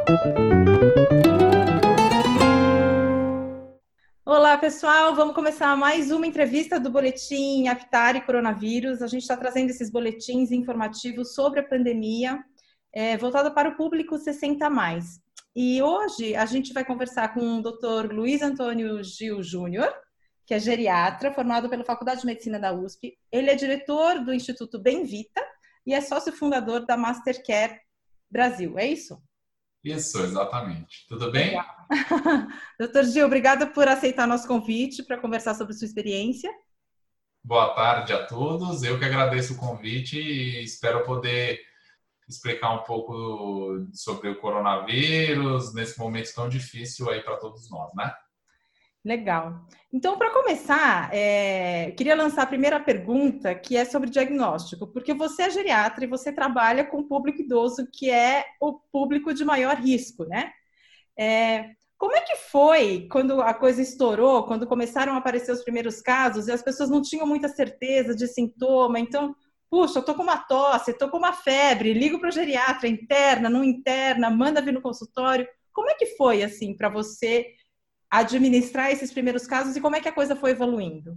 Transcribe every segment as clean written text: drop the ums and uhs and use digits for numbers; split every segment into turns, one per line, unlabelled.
Olá, pessoal. Vamos começar mais uma entrevista do Boletim Aptar e Coronavírus. A gente está trazendo esses boletins informativos sobre a pandemia, voltado para o público 60 a mais. E hoje a gente vai conversar com o Dr. Luiz Antônio Gil Júnior, que é geriatra, formado pela Faculdade de Medicina da USP. Ele é diretor do Instituto Benvita e é sócio fundador da Mastercare Brasil. É isso?
Isso, exatamente. Tudo bem?
Legal. Doutor Gil, obrigada por aceitar nosso convite para conversar sobre sua experiência.
Boa tarde a todos. Eu que agradeço o convite e espero poder explicar um pouco sobre o coronavírus nesse momento tão difícil aí para todos nós, né?
Legal. Então, para começar, queria lançar a primeira pergunta, que é sobre diagnóstico, porque você é geriatra e você trabalha com o público idoso, que é o público de maior risco, né? Como é que foi quando a coisa estourou, quando começaram a aparecer os primeiros casos e as pessoas não tinham muita certeza de sintoma? Então, puxa, eu tô com uma tosse, tô com uma febre, ligo para o geriatra, interna, não interna, manda vir no consultório. Como é que foi, assim, para você administrar esses primeiros casos e como é que a coisa foi evoluindo?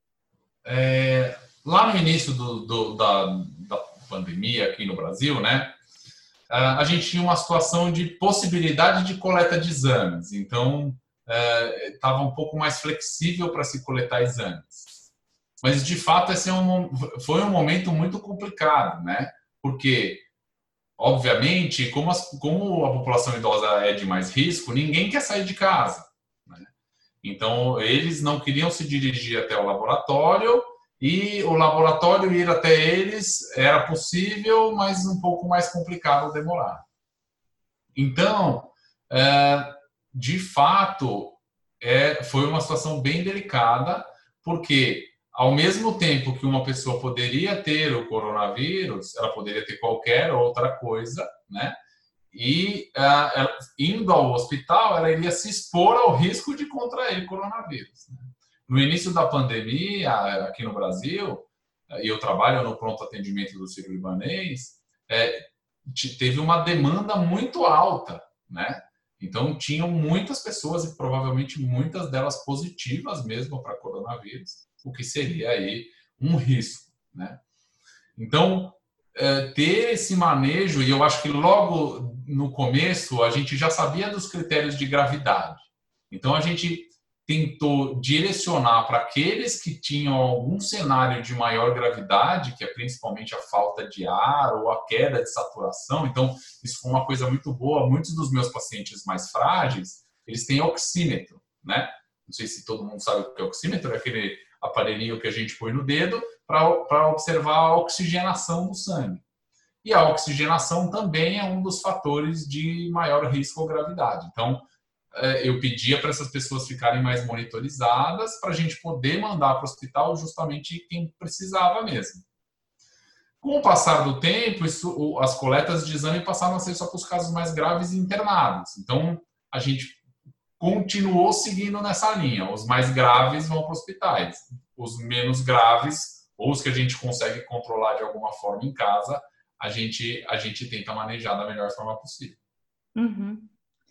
Lá no início da pandemia aqui no Brasil, né? A gente tinha uma situação de possibilidade de coleta de exames. Então, estava um pouco mais flexível para se coletar exames. Mas, de fato, esse foi um momento muito complicado, né? Porque, obviamente, como a população idosa é de mais risco, ninguém quer sair de casa, né? Então, eles não queriam se dirigir até o laboratório e o laboratório ir até eles era possível, mas um pouco mais complicado demorar. Então, de fato, foi uma situação bem delicada, porque ao mesmo tempo que uma pessoa poderia ter o coronavírus, ela poderia ter qualquer outra coisa, né? E indo ao hospital, ela iria se expor ao risco de contrair coronavírus, né? No início da pandemia, aqui no Brasil, e eu trabalho no pronto atendimento do Sírio-Libanês, teve uma demanda muito alta, né? Então, tinham muitas pessoas, e provavelmente muitas delas positivas mesmo para coronavírus, o que seria aí um risco, né? Então, ter esse manejo, e eu acho que logo no começo a gente já sabia dos critérios de gravidade. Então, a gente tentou direcionar para aqueles que tinham algum cenário de maior gravidade, que é principalmente a falta de ar ou a queda de saturação. Então, isso foi uma coisa muito boa. Muitos dos meus pacientes mais frágeis, eles têm oxímetro, né? Não sei se todo mundo sabe o que é oxímetro, é aquele aparelhinho que a gente põe no dedo para observar a oxigenação do sangue. E a oxigenação também é um dos fatores de maior risco ou gravidade. Então, eu pedia para essas pessoas ficarem mais monitorizadas para a gente poder mandar para o hospital justamente quem precisava mesmo. Com o passar do tempo, as coletas de exame passaram a ser só para os casos mais graves e internados. Então, a gente continuou seguindo nessa linha. Os mais graves vão para hospitais. Os menos graves, ou os que a gente consegue controlar de alguma forma em casa, a gente tenta manejar da melhor forma possível.
Uhum.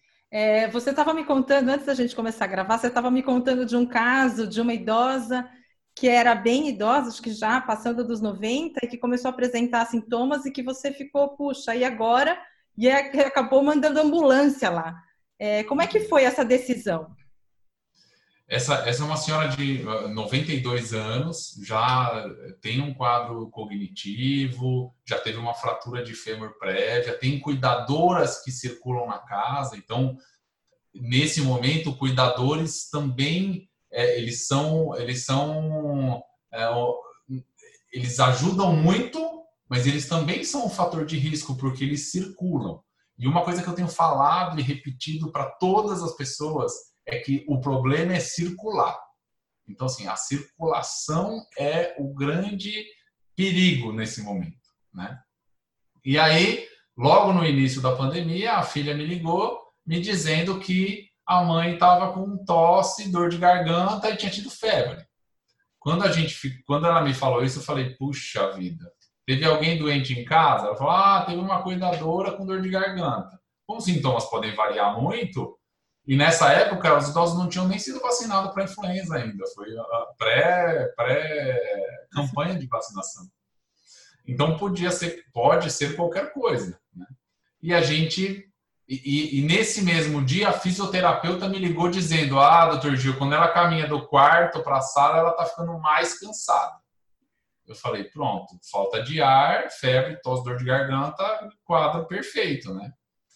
Você estava me contando, antes da gente começar a gravar, você estava me contando de um caso de uma idosa que era bem idosa, acho que já passando dos 90, e que começou a apresentar sintomas e que você ficou, puxa, e agora? E acabou mandando ambulância lá. Como é que foi essa decisão?
Essa é uma senhora de 92 anos, já tem um quadro cognitivo, já teve uma fratura de fêmur prévia, tem cuidadoras que circulam na casa. Então, nesse momento, cuidadores também, eles ajudam muito, mas eles também são um fator de risco, porque eles circulam. E uma coisa que eu tenho falado e repetido para todas as pessoas é que o problema é circular. Então, assim, a circulação é o grande perigo nesse momento, né? E aí, logo no início da pandemia, a filha me ligou me dizendo que a mãe estava com tosse, dor de garganta e tinha tido febre. Quando ela me falou isso, eu falei, puxa vida, teve alguém doente em casa? Ela falou, teve uma cuidadora com dor de garganta. como os sintomas podem variar muito, e nessa época os idosos não tinham nem sido vacinados para influenza ainda, foi a pré-campanha de vacinação. Então pode ser qualquer coisa, né? E a gente, e nesse mesmo dia, a fisioterapeuta me ligou dizendo: doutor Gil, quando ela caminha do quarto para a sala, ela está ficando mais cansada. Eu falei: pronto, falta de ar, febre, tosse, dor de garganta, quadro perfeito, né?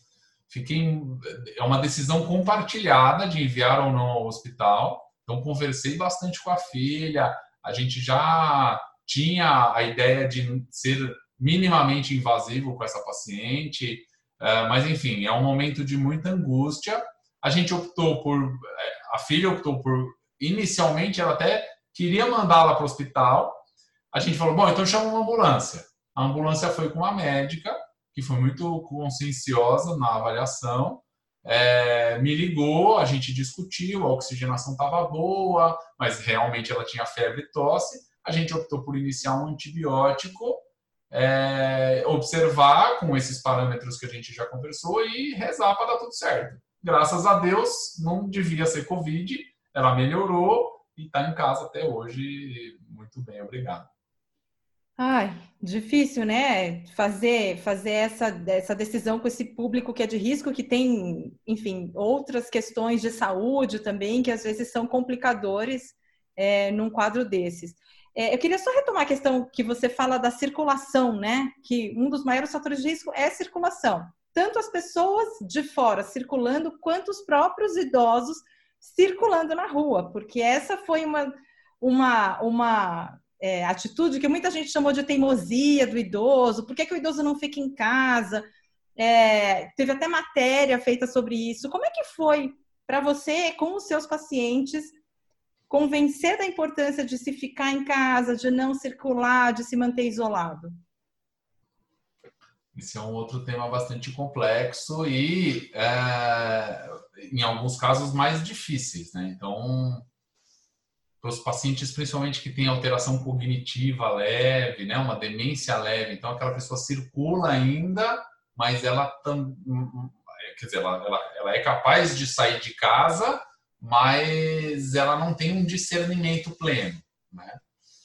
É uma decisão compartilhada de enviar ou não ao hospital. Então, conversei bastante com a filha. A gente já tinha a ideia de ser minimamente invasivo com essa paciente. Mas, enfim, é um momento de muita angústia. A gente optou por... A filha optou por... Inicialmente, ela até queria mandá-la para o hospital. A gente falou: bom, então chama uma ambulância. A ambulância foi com uma médica, que foi muito conscienciosa na avaliação, me ligou, a gente discutiu, a oxigenação estava boa, mas realmente ela tinha febre e tosse. A gente optou por iniciar um antibiótico, observar com esses parâmetros que a gente já conversou e rezar para dar tudo certo. Graças a Deus, não devia ser Covid, ela melhorou e está em casa até hoje. Muito bem, obrigado.
Ai, difícil, né? Fazer essa decisão com esse público que é de risco, que tem, enfim, outras questões de saúde também, que às vezes são complicadores num quadro desses. Eu queria só retomar a questão que você fala da circulação, né? Que um dos maiores fatores de risco é a circulação. Tanto as pessoas de fora circulando, quanto os próprios idosos circulando na rua, porque essa foi uma atitude que muita gente chamou de teimosia do idoso. Por que o idoso não fica em casa? Teve até matéria feita sobre isso. Como é que foi para você, com os seus pacientes, convencer da importância de se ficar em casa, de não circular, de se manter isolado?
Esse é um outro tema bastante complexo e, em alguns casos, mais difíceis, né? Então, para os pacientes, principalmente que têm alteração cognitiva leve, né, uma demência leve, então aquela pessoa circula ainda, mas ela é capaz de sair de casa, mas ela não tem um discernimento pleno, né?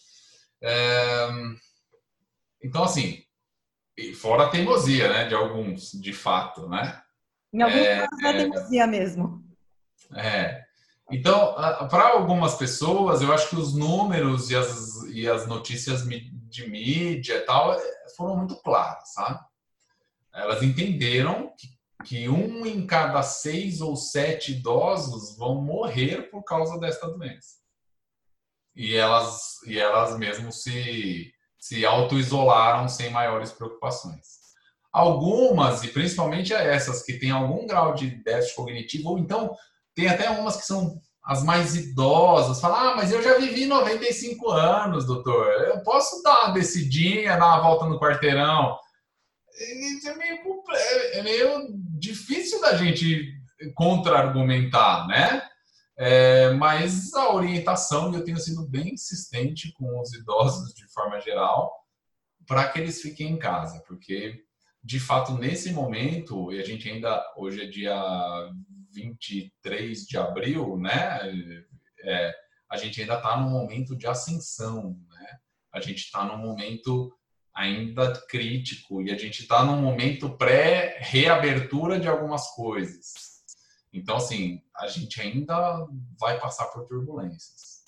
Então, assim, fora a teimosia, né, de alguns, de fato, né?
Em alguns casos é teimosia mesmo.
Então, para algumas pessoas, eu acho que os números e as notícias de mídia e tal foram muito claras, sabe? Elas entenderam que 1 em cada 6 ou 7 idosos vão morrer por causa desta doença. E elas mesmo se auto-isolaram sem maiores preocupações. Algumas, e principalmente essas que têm algum grau de déficit cognitivo, ou então tem até umas que são as mais idosas, falam: mas eu já vivi 95 anos, doutor, eu posso dar uma descidinha, dar uma volta no quarteirão. Isso é meio difícil da gente contra-argumentar, né? Mas a orientação, eu tenho sido bem insistente com os idosos de forma geral, para que eles fiquem em casa, porque, de fato, nesse momento, e a gente ainda, hoje é dia 23 de abril, né? A gente ainda está num momento de ascensão, né? A gente está num momento ainda crítico e a gente está num momento pré-reabertura de algumas coisas. Então, assim, a gente ainda vai passar por turbulências.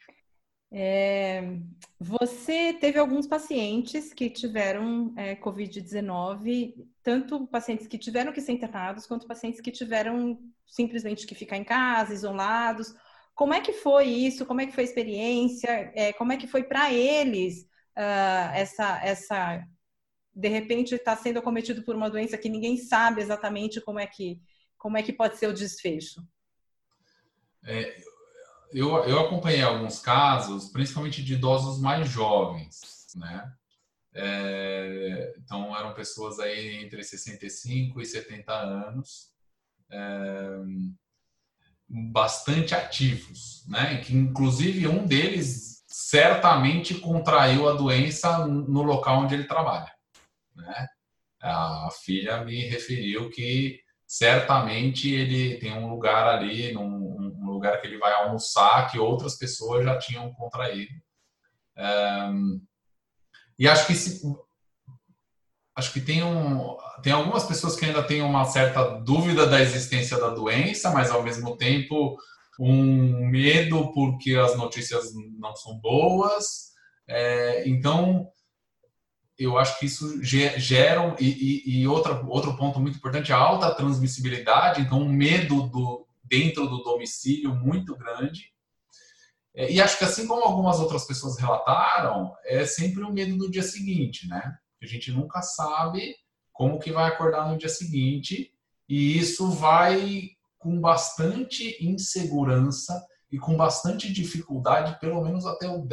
Você teve alguns pacientes que tiveram Covid-19, tanto pacientes que tiveram que ser internados, quanto pacientes que tiveram simplesmente que ficar em casa, isolados. Como é que foi isso? Como é que foi a experiência? Como é que foi para eles de repente, estar sendo acometido por uma doença que ninguém sabe exatamente como é que pode ser o desfecho?
Eu acompanhei alguns casos, principalmente de idosos mais jovens, né? Então, eram pessoas aí entre 65 e 70 anos, bastante ativos, né? Que, inclusive, um deles certamente contraiu a doença no local onde ele trabalha, né? A filha me referiu que certamente ele tem um lugar ali, um lugar que ele vai almoçar, que outras pessoas já tinham contraído. E acho que tem algumas pessoas que ainda têm uma certa dúvida da existência da doença, mas ao mesmo tempo um medo porque as notícias não são boas. Então, eu acho que isso gera... E outro ponto muito importante, a alta transmissibilidade, então um medo dentro do domicílio muito grande. E acho que assim como algumas outras pessoas relataram, é sempre o medo do dia seguinte, né? A gente nunca sabe como que vai acordar no dia seguinte, e isso vai com bastante insegurança e com bastante dificuldade, pelo menos até o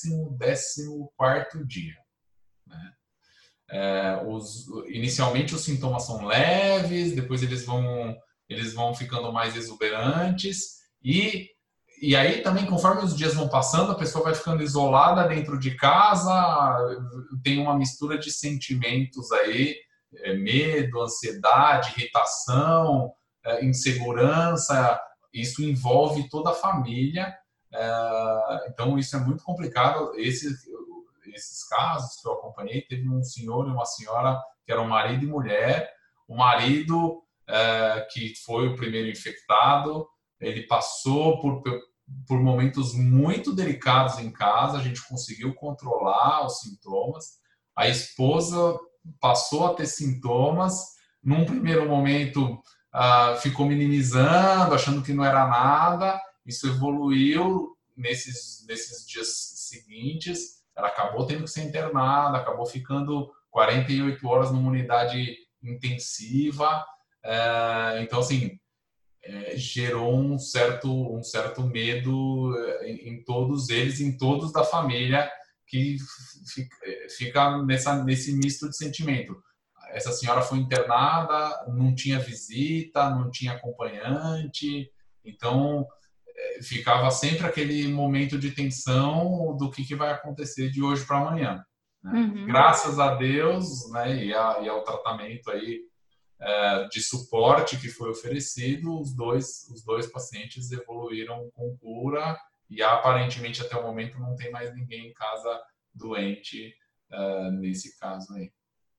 14º dia, né? Inicialmente os sintomas são leves, depois eles vão ficando mais exuberantes, e aí também, conforme os dias vão passando, a pessoa vai ficando isolada dentro de casa, tem uma mistura de sentimentos aí, medo, ansiedade, irritação, insegurança, isso envolve toda a família, então isso é muito complicado. Esses casos que eu acompanhei, teve um senhor e uma senhora que eram marido e mulher, o marido que foi o primeiro infectado, ele passou por momentos muito delicados em casa, a gente conseguiu controlar os sintomas. A esposa passou a ter sintomas, num primeiro momento ficou minimizando, achando que não era nada, isso evoluiu nesses dias seguintes, ela acabou tendo que ser internada, acabou ficando 48 horas numa unidade intensiva, então assim, gerou um certo medo em todos eles, em todos da família, que fica nesse misto de sentimento. Essa senhora foi internada, não tinha visita, não tinha acompanhante, então ficava sempre aquele momento de tensão do que vai acontecer de hoje para amanhã, né?
Uhum.
Graças a Deus, né, e ao tratamento aí de suporte que foi oferecido, os dois pacientes evoluíram com cura e aparentemente até o momento não tem mais ninguém em casa doente nesse caso aí.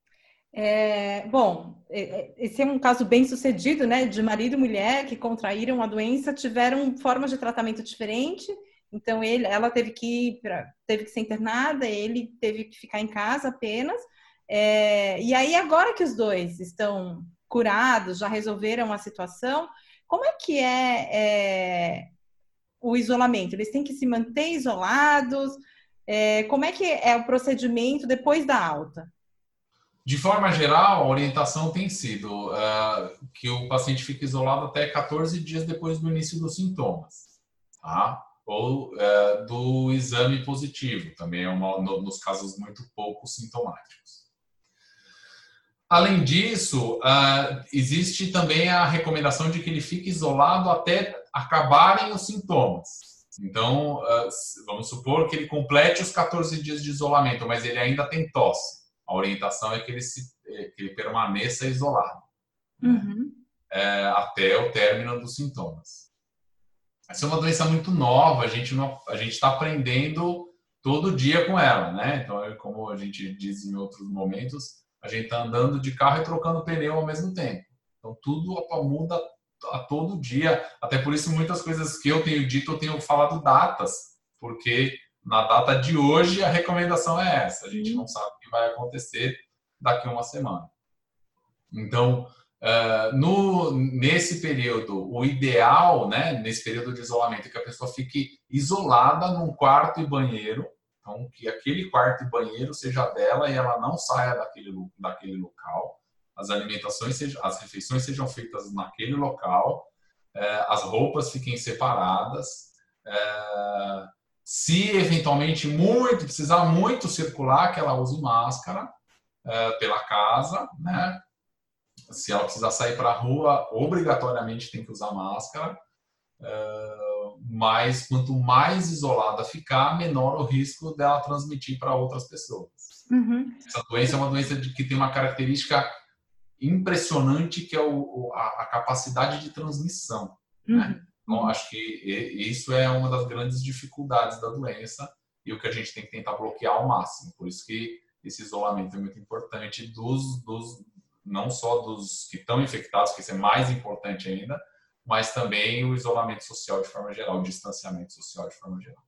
Bom, esse é um caso bem sucedido, né, de marido e mulher que contraíram a doença, tiveram formas de tratamento diferentes. Então ela teve que ser internada, ele teve que ficar em casa apenas. E aí, agora que os dois estão curados, já resolveram a situação, como é que o isolamento? Eles têm que se manter isolados? Como é que é o procedimento depois da alta?
De forma geral, a orientação tem sido que o paciente fique isolado até 14 dias depois do início dos sintomas, tá? Ou do exame positivo, também nos casos muito pouco sintomáticos. Além disso, existe também a recomendação de que ele fique isolado até acabarem os sintomas. Então, vamos supor que ele complete os 14 dias de isolamento, mas ele ainda tem tosse. A orientação é que ele permaneça isolado,
uhum,
até o término dos sintomas. Essa é uma doença muito nova, a gente está aprendendo todo dia com ela, né? Então, como a gente diz em outros momentos, a gente está andando de carro e trocando pneu ao mesmo tempo. Então, tudo muda a todo dia. Até por isso, muitas coisas que eu tenho dito, eu tenho falado datas, porque na data de hoje a recomendação é essa. A gente não sabe o que vai acontecer daqui a uma semana. Então, nesse período, o ideal, né, nesse período de isolamento, é que a pessoa fique isolada num quarto e banheiro. Então, que aquele quarto e banheiro seja dela e ela não saia daquele local. As refeições sejam feitas naquele local. As roupas fiquem separadas. Se eventualmente precisar muito circular, que ela use máscara pela casa, né? Se ela precisar sair para a rua, obrigatoriamente tem que usar máscara. Mas quanto mais isolada ficar, menor o risco dela transmitir para outras pessoas.
Uhum.
Essa doença é uma doença que tem uma característica impressionante que é a capacidade de transmissão, né? Então, acho que isso é uma das grandes dificuldades da doença e o que a gente tem que tentar bloquear ao máximo. Por isso que esse isolamento é muito importante não só dos que estão infectados, que isso é mais importante ainda, mas também o isolamento social de forma geral, o distanciamento social de forma geral.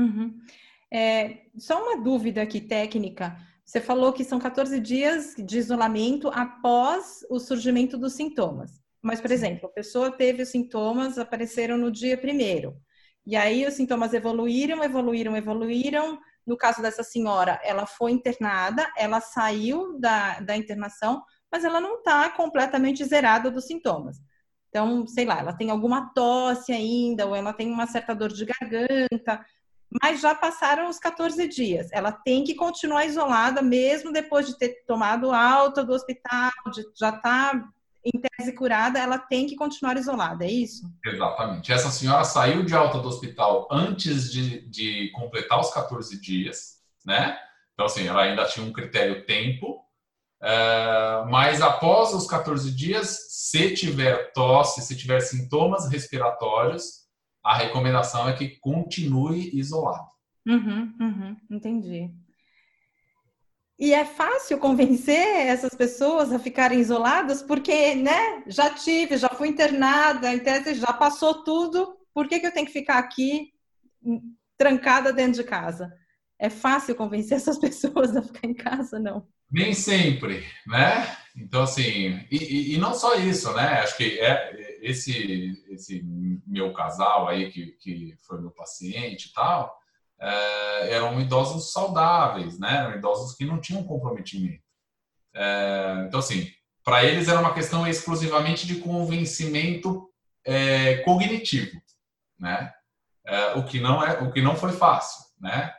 Só uma dúvida aqui técnica. Você falou que são 14 dias de isolamento após o surgimento dos sintomas. Mas, por exemplo, a pessoa teve os sintomas, apareceram no dia 1º. E aí os sintomas evoluíram. No caso dessa senhora, ela foi internada, ela saiu da internação, mas ela não está completamente zerada dos sintomas. Então, sei lá, ela tem alguma tosse ainda, ou ela tem uma certa dor de garganta, mas já passaram os 14 dias. Ela tem que continuar isolada, mesmo depois de ter tomado alta do hospital, já está em tese curada, ela tem que continuar isolada, é isso?
Exatamente. Essa senhora saiu de alta do hospital antes de completar os 14 dias, né? Então, assim, ela ainda tinha um critério tempo, mas após os 14 dias, se tiver tosse, se tiver sintomas respiratórios, a recomendação é que continue isolado.
Entendi. E é fácil convencer essas pessoas a ficarem isoladas, porque, né, já fui internada, em tese já passou tudo, por que eu tenho que ficar aqui trancada dentro de casa? É fácil convencer essas pessoas a ficar em casa, não?
Nem sempre, né? Então, assim, e não só isso, né? Acho que esse meu casal aí, que foi meu paciente e tal, eram idosos saudáveis, né? Eram idosos que não tinham comprometimento. Então, assim, para eles era uma questão exclusivamente de convencimento cognitivo, né? O que não foi fácil, né?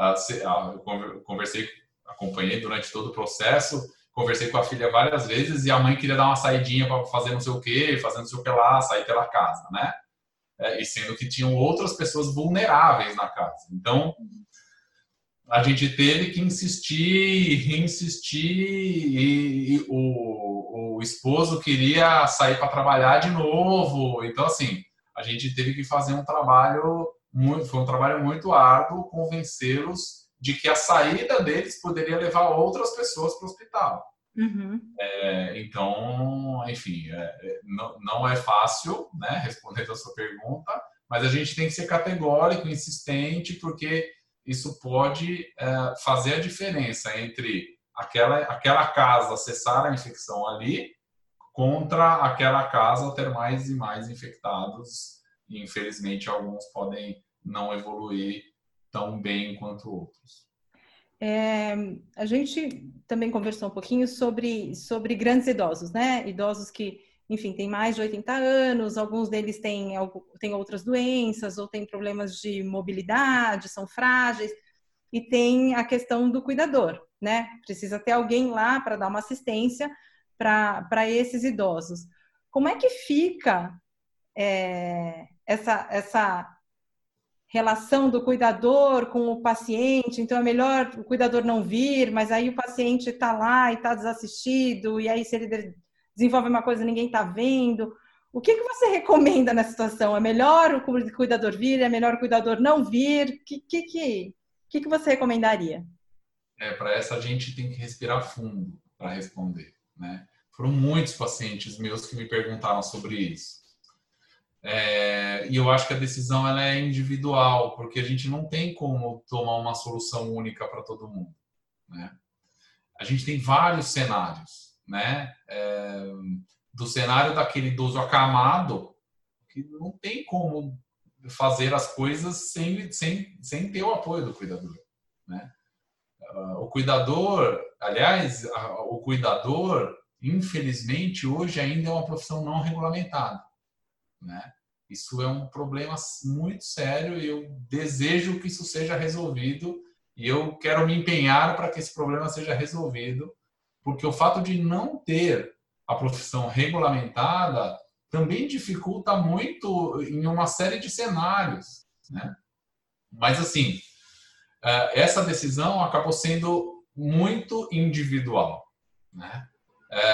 Eu acompanhei durante todo o processo, conversei com a filha várias vezes e a mãe queria dar uma saidinha para fazer não sei o quê, fazer não sei o que lá, sair pela casa, né? E sendo que tinham outras pessoas vulneráveis na casa. Então, a gente teve que insistir e o esposo queria sair para trabalhar de novo. Então, assim, a gente teve que fazer foi um trabalho muito árduo convencê-los de que a saída deles poderia levar outras pessoas para o hospital. Então, enfim, não é fácil, né, responder a sua pergunta, mas a gente tem que ser categórico, insistente, porque isso pode fazer a diferença entre aquela casa cessar a infecção ali contra aquela casa ter mais e mais infectados. E, infelizmente, alguns podem não evoluir tão bem quanto outros.
A gente também conversou um pouquinho sobre grandes idosos, né? Idosos que, enfim, têm mais de 80 anos, alguns deles têm outras doenças ou têm problemas de mobilidade, são frágeis, e tem a questão do cuidador, né? Precisa ter alguém lá para dar uma assistência para esses idosos. Como é que fica essa relação do cuidador com o paciente? Então, é melhor o cuidador não vir, mas aí o paciente está lá e está desassistido, e aí se ele desenvolve uma coisa ninguém está vendo. O que você recomenda nessa situação? É melhor o cuidador vir? É melhor o cuidador não vir? O que você recomendaria?
Para essa a gente tem que respirar fundo para responder, né? Foram muitos pacientes meus que me perguntaram sobre isso. E eu acho que a decisão ela é individual, porque a gente não tem como tomar uma solução única para todo mundo, né? A gente tem vários cenários, né? Do cenário daquele idoso acamado, que não tem como fazer as coisas sem ter o apoio do cuidador, né? O cuidador, aliás, o cuidador, infelizmente, hoje ainda é uma profissão não regulamentada, né? Isso é um problema muito sério e eu desejo que isso seja resolvido e eu quero me empenhar para que esse problema seja resolvido, porque o fato de não ter a profissão regulamentada também dificulta muito em uma série de cenários, né? Mas, assim, essa decisão acabou sendo muito individual, né?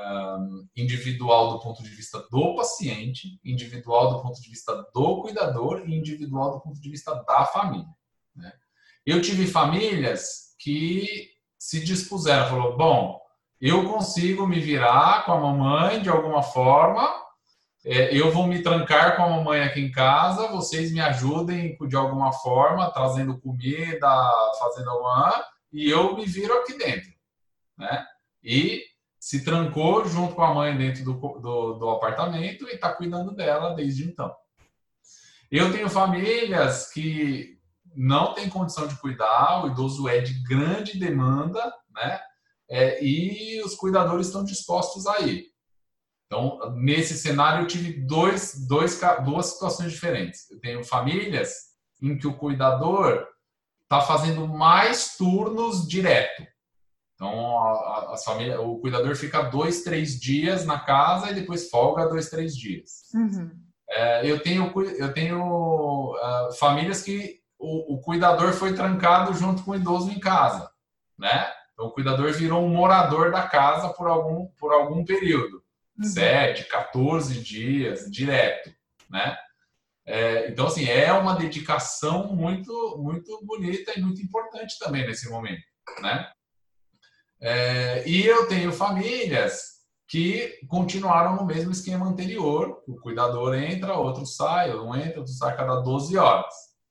individual do ponto de vista do paciente, individual do ponto de vista do cuidador e individual do ponto de vista da família, né? Eu tive famílias que se dispuseram, falou, bom, eu consigo me virar com a mamãe de alguma forma, eu vou me trancar com a mamãe aqui em casa, vocês me ajudem de alguma forma, trazendo comida, fazendo alguma... e eu me viro aqui dentro, né? E se trancou junto com a mãe dentro do apartamento e está cuidando dela desde então. Eu tenho famílias que não têm condição de cuidar, o idoso é de grande demanda, né? E os cuidadores estão dispostos a ir. Então, nesse cenário, eu tive duas situações diferentes. Eu tenho famílias em que o cuidador está fazendo mais turnos direto. Então, o cuidador fica 2, 3 dias na casa e depois folga 2, 3 dias.
Uhum.
Eu tenho famílias que o cuidador foi trancado junto com o idoso em casa, né? Então, o cuidador virou um morador da casa por algum período. 7, 14 dias, direto, né? Então, assim, é uma dedicação muito, muito bonita e muito importante também nesse momento, né? E eu tenho famílias que continuaram no mesmo esquema anterior. O cuidador entra, outro sai, um entra, outro sai a cada 12 horas.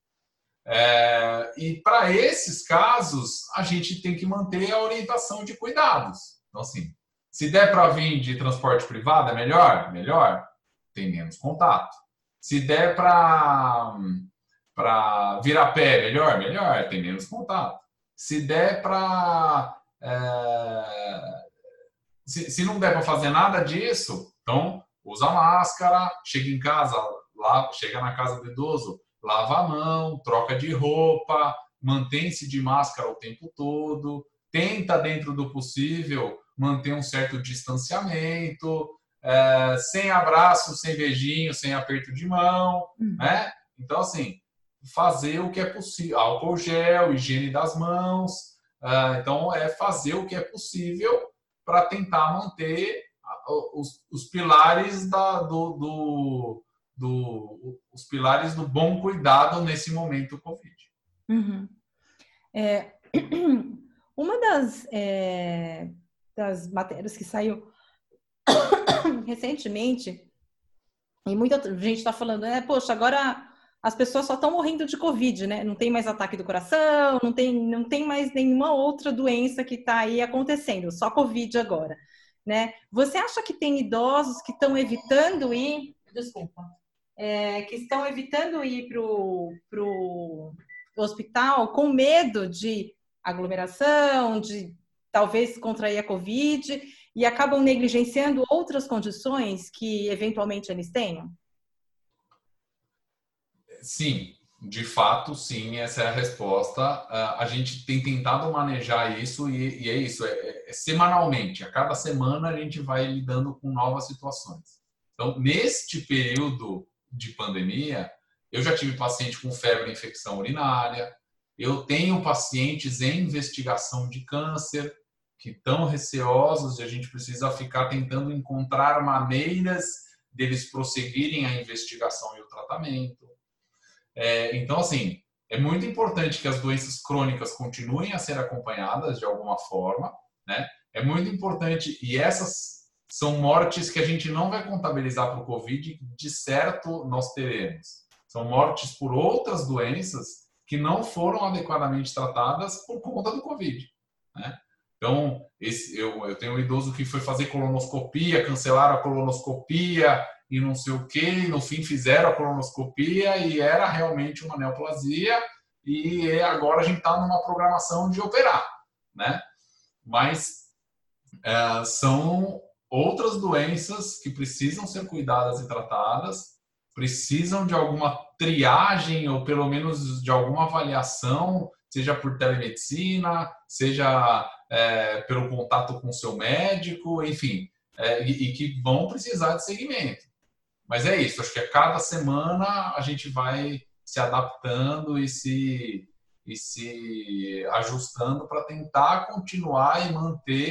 E para esses casos, a gente tem que manter a orientação de cuidados. Então, assim, se der para vir de transporte privado, é melhor? Melhor. Tem menos contato. Se der para vir a pé, melhor? Melhor. Tem menos contato. Se der para... Se não der para fazer nada disso, então usa máscara, chega em casa, chega na casa do idoso, lava a mão, troca de roupa, mantém-se de máscara o tempo todo, tenta, dentro do possível, manter um certo distanciamento, sem abraço, sem beijinho, sem aperto de mão, né? Então, assim, fazer o que é possível, álcool gel, higiene das mãos. Então, fazer o que é possível para tentar manter os pilares os pilares do bom cuidado nesse momento Covid.
Uhum. Uma das matérias que saiu recentemente, e muita gente está falando, poxa, agora as pessoas só estão morrendo de Covid, né? Não tem mais ataque do coração, não tem mais nenhuma outra doença que está aí acontecendo, só Covid agora, né? Você acha que tem idosos que estão evitando ir, que estão evitando ir para o hospital com medo de aglomeração, de talvez contrair a Covid e acabam negligenciando outras condições que eventualmente eles tenham?
Sim, de fato, sim, essa é a resposta. A gente tem tentado manejar isso e é isso, semanalmente. A cada semana a gente vai lidando com novas situações. Então, neste período de pandemia, eu já tive paciente com febre e infecção urinária, eu tenho pacientes em investigação de câncer que estão receosos e a gente precisa ficar tentando encontrar maneiras deles prosseguirem a investigação e o tratamento. Então, assim, é muito importante que as doenças crônicas continuem a ser acompanhadas de alguma forma, né? É muito importante, e essas são mortes que a gente não vai contabilizar para o Covid, de certo nós teremos. São mortes por outras doenças que não foram adequadamente tratadas por conta do Covid, né? Então, eu tenho um idoso que foi fazer colonoscopia, cancelaram a colonoscopia e não sei o quê, e no fim fizeram a colonoscopia e era realmente uma neoplasia e agora a gente está numa programação de operar, né? Mas são outras doenças que precisam ser cuidadas e tratadas, precisam de alguma triagem ou pelo menos de alguma avaliação, seja por telemedicina, seja pelo contato com o seu médico, enfim, e que vão precisar de segmento. Mas é isso, acho que a cada semana a gente vai se adaptando e se ajustando para tentar continuar e manter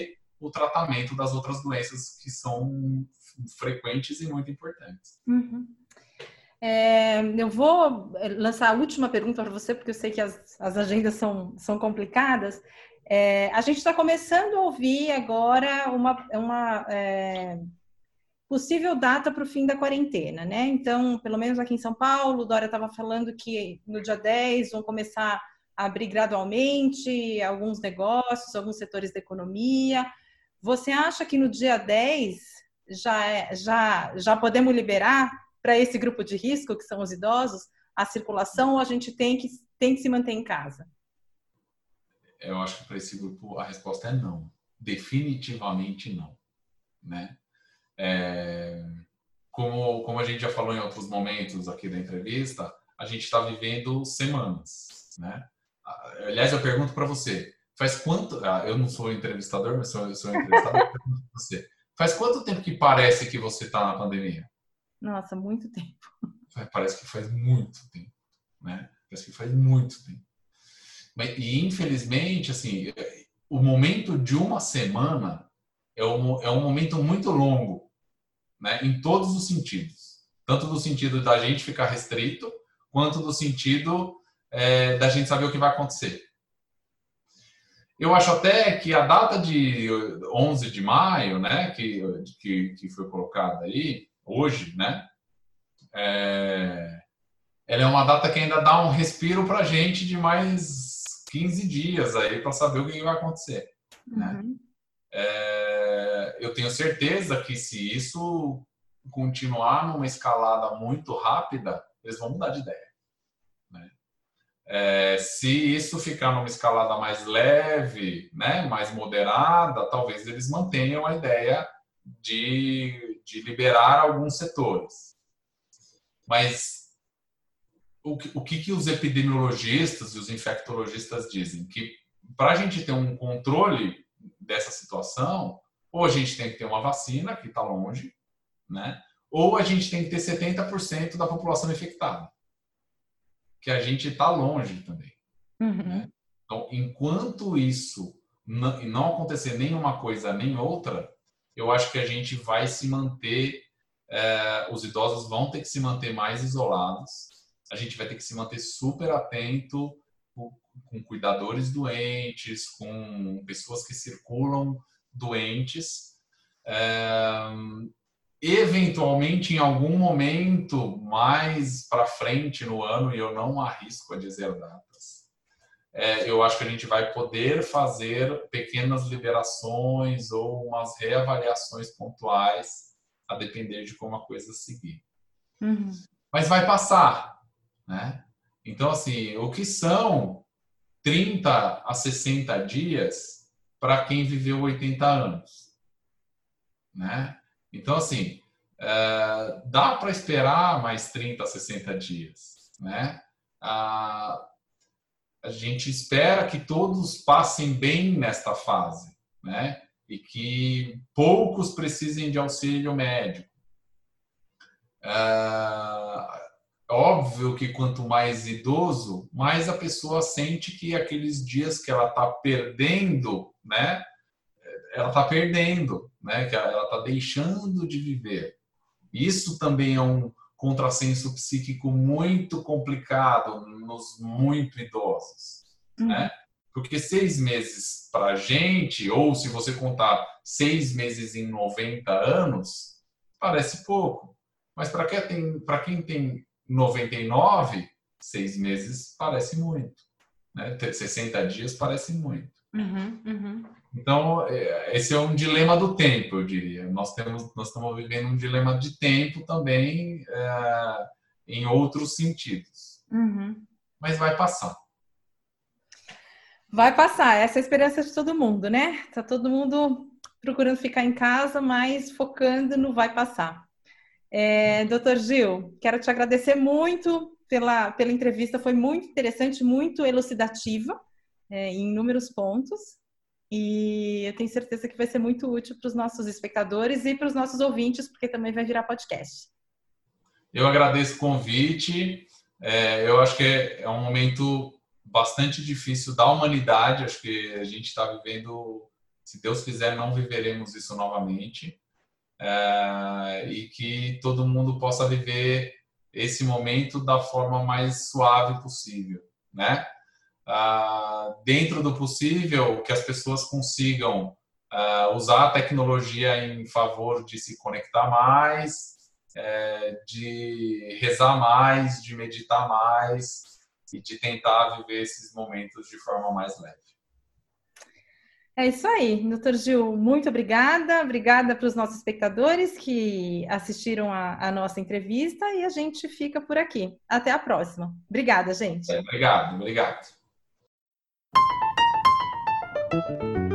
o tratamento das outras doenças que são frequentes e muito importantes.
Uhum. Eu vou lançar a última pergunta para você, porque eu sei que as agendas são complicadas. A gente está começando a ouvir agora uma possível data para o fim da quarentena, né? Então, pelo menos aqui em São Paulo, Dória estava falando que no dia 10 vão começar a abrir gradualmente alguns negócios, alguns setores da economia. Você acha que no dia 10 já podemos liberar para esse grupo de risco, que são os idosos, a circulação, ou a gente tem que se manter em casa?
Eu acho que para esse grupo a resposta é não. Definitivamente não, né? Como a gente já falou em outros momentos aqui da entrevista, a gente está vivendo semanas, né? Aliás, eu pergunto para você, faz quanto... eu não sou entrevistador, mas sou entrevistador, eu pergunto para você. Faz quanto tempo que parece que você está na pandemia?
Nossa, muito tempo.
Parece que faz muito tempo, né? Parece que faz muito tempo. E, infelizmente, assim, o momento de uma semana é um momento muito longo, né? Em todos os sentidos. Tanto no sentido da gente ficar restrito, quanto no sentido da gente saber o que vai acontecer. Eu acho até que a data de 11 de maio, né, que foi colocada aí, hoje, né, ela é uma data que ainda dá um respiro para a gente de mais 15 dias aí para saber o que vai acontecer. Né?
Uhum.
Eu tenho certeza que se isso continuar numa escalada muito rápida, eles vão mudar de ideia. Né? Se isso ficar numa escalada mais leve, né, mais moderada, talvez eles mantenham a ideia de liberar alguns setores. Mas o que os epidemiologistas e os infectologistas dizem? Que para a gente ter um controle dessa situação, ou a gente tem que ter uma vacina, que está longe, né? Ou a gente tem que ter 70% da população infectada, que a gente está longe também.
Uhum.
Né? Então, enquanto isso não acontecer nenhuma coisa nem outra, eu acho que a gente vai se manter, os idosos vão ter que se manter mais isolados, a gente vai ter que se manter super atento com cuidadores doentes, com pessoas que circulam doentes. Eventualmente, em algum momento mais para frente no ano, e eu não arrisco a dizer datas, eu acho que a gente vai poder fazer pequenas liberações ou umas reavaliações pontuais, a depender de como a coisa seguir.
Uhum.
Mas vai passar, né? Então, assim, o que são 30 a 60 dias para quem viveu 80 anos, né? Então, assim, dá para esperar mais 30 a 60 dias, né? A gente espera que todos passem bem nesta fase, né? E que poucos precisem de auxílio médico. Óbvio que quanto mais idoso, mais a pessoa sente que aqueles dias que ela está perdendo, né? Ela está perdendo, né? Que ela está deixando de viver. Isso também é um contrassenso psíquico muito complicado nos muito idosos, né? Porque 6 meses para a gente, ou se você contar 6 meses em 90 anos, parece pouco. Mas para quem tem 99, 6 meses parece muito. Né? 60 dias parece muito. Então, esse é um dilema do tempo, eu diria. Nós estamos vivendo um dilema de tempo também, em outros sentidos. Mas vai passar.
Vai passar, essa é a esperança de todo mundo, né? Tá todo mundo procurando ficar em casa, mas focando no vai passar. Doutor Gil, quero te agradecer muito pela entrevista, foi muito interessante, muito elucidativa, em inúmeros pontos. E eu tenho certeza que vai ser muito útil para os nossos espectadores e para os nossos ouvintes, porque também vai virar podcast.
Eu agradeço o convite. Eu acho que é um momento bastante difícil da humanidade. Acho que a gente está vivendo Se Deus quiser, não viveremos isso novamente. E que todo mundo possa viver esse momento da forma mais suave possível, né? Dentro do possível, que as pessoas consigam usar a tecnologia em favor de se conectar mais, de rezar mais, de meditar mais e de tentar viver esses momentos de forma mais leve.
É isso aí, doutor Gil, muito obrigada. Obrigada para os nossos espectadores que assistiram a nossa entrevista e a gente fica por aqui. Até a próxima. Obrigada, gente.
Obrigado, obrigado.